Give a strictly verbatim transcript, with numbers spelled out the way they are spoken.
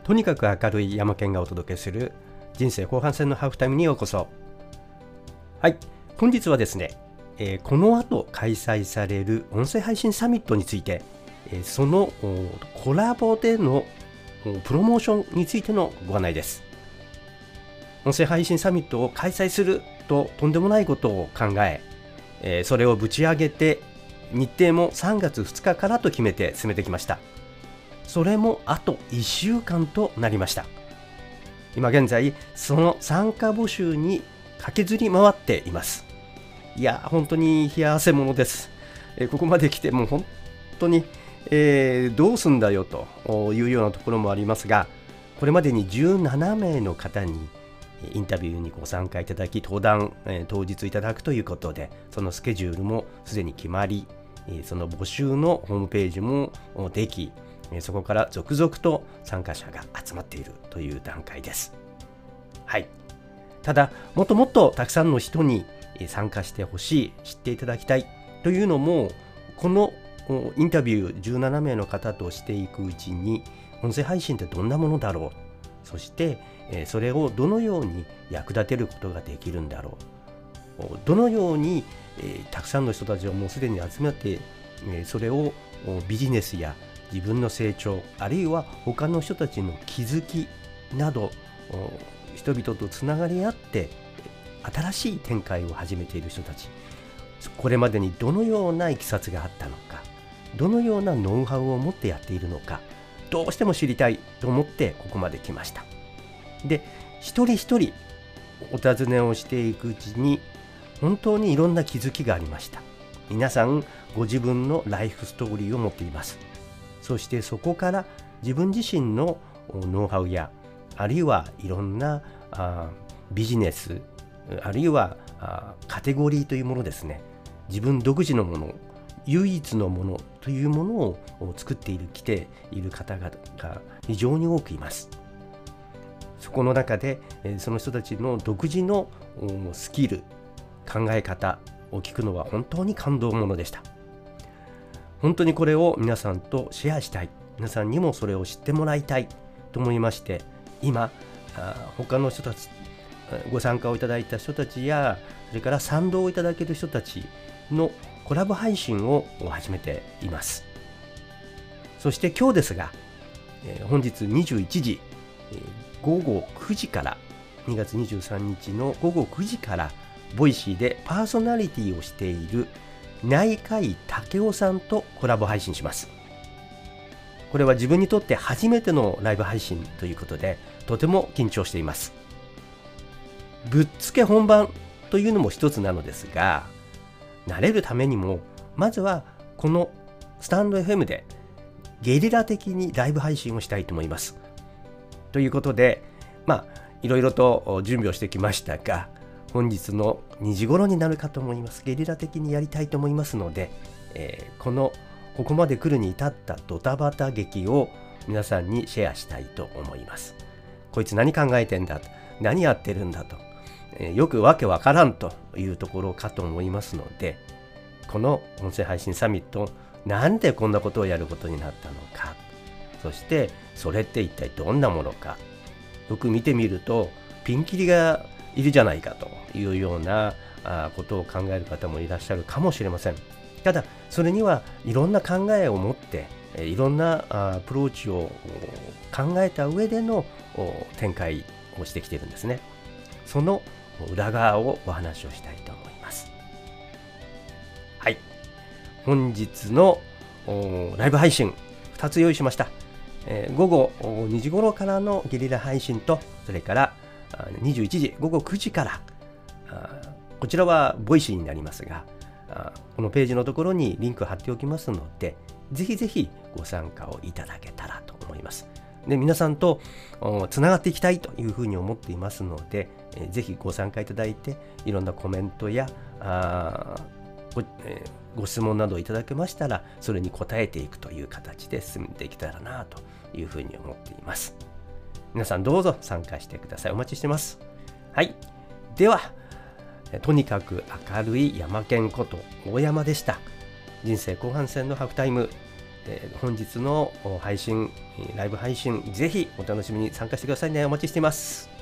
とにかく明るい山県がお届けする人生後半戦のハーフタイムにようこそ。はい、本日はですね、えー、この後開催される音声配信サミットについて、えー、そのコラボでのプロモーションについてのご案内です。音声配信サミットを開催するととんでもないことを考え、えー、それをぶち上げて日程もさんがつふつかからと決めて進めてきました。それもあといっしゅうかんとなりました。今現在その参加募集に駆けずり回っています。いや本当に冷や汗ものです。えー、ここまで来てもう本当に、えー、どうすんだよというようなところもありますが、これまでにじゅうななめいの方にインタビューにご参加いただき登壇、えー、当日いただくということで、そのスケジュールもすでに決まり、その募集のホームページもでき、そこから続々と参加者が集まっているという段階です。はい。ただ、もっともっとたくさんの人に参加してほしい、知っていただきたいというのも、このインタビューじゅうななめいの方としていくうちに、音声配信ってどんなものだろう、そしてそれをどのように役立てることができるんだろう、どのようにたくさんの人たちをもうすでに集めて、それをビジネスや自分の成長、あるいは他の人たちの気づきなど、人々とつながり合って新しい展開を始めている人たち、これまでにどのようないきさつがあったのか、どのようなノウハウを持ってやっているのか、どうしても知りたいと思ってここまで来ました。で、一人一人お尋ねをしていくうちに本当にいろんな気づきがありました。皆さんご自分のライフストーリーを持っています。そしてそこから自分自身のノウハウや、あるいはいろんなあビジネス、あるいはあカテゴリーというものですね、自分独自のもの、唯一のものというものを作っている来ている方々が非常に多くいます。そこの中でその人たちの独自のスキル、考え方を聞くのは本当に感動ものでした。本当にこれを皆さんとシェアしたい、皆さんにもそれを知ってもらいたいと思いまして、今他の人たち、ご参加をいただいた人たちや、それから賛同をいただける人たちのコラボ配信を始めています。そして今日ですが、本日にじゅういちじ、ごごくじからにがつにじゅうさんにちのごごくじからボイシーでパーソナリティをしている内海武雄さんとコラボ配信します。これは自分にとって初めてのライブ配信ということで、とても緊張しています。ぶっつけ本番というのも一つなのですが、慣れるためにもまずはこのスタンド エフエム でゲリラ的にライブ配信をしたいと思います。ということで、まあいろいろと準備をしてきましたが、本日のにじ頃になるかと思います。ゲリラ的にやりたいと思いますので、えー、このここまで来るに至ったドタバタ劇を皆さんにシェアしたいと思います。こいつ何考えてんだと、何やってるんだと、えー、よくわけわからんというところかと思いますので、この音声配信サミット、なんでこんなことをやることになったのか、そしてそれって一体どんなものか、よく見てみるとピンキリがいるじゃないかというようなことを考える方もいらっしゃるかもしれません。ただそれにはいろんな考えを持って、いろんなアプローチを考えた上での展開をしてきているんですね。その裏側をお話をしたいと思います。はい、本日のライブ配信ふたつ用意しました。ごごにじ頃からのゲリラ配信と、それからにじゅういちじごごくじから、こちらはボイシーになりますが、このページのところにリンク貼っておきますので、ぜひぜひご参加をいただけたらと思います。で、皆さんとつながっていきたいというふうに思っていますので、ぜひご参加いただいて、いろんなコメントやあご、えー、ご質問などいただけましたら、それに答えていくという形で進んでいけたらなというふうに思っています。皆さんどうぞ参加してください。お待ちしてます。はい。では、とにかく明るい山県こと大山でした。人生後半戦のハーフタイム、 えー、本日の配信、ライブ配信、ぜひお楽しみに参加してくださいね。お待ちしています。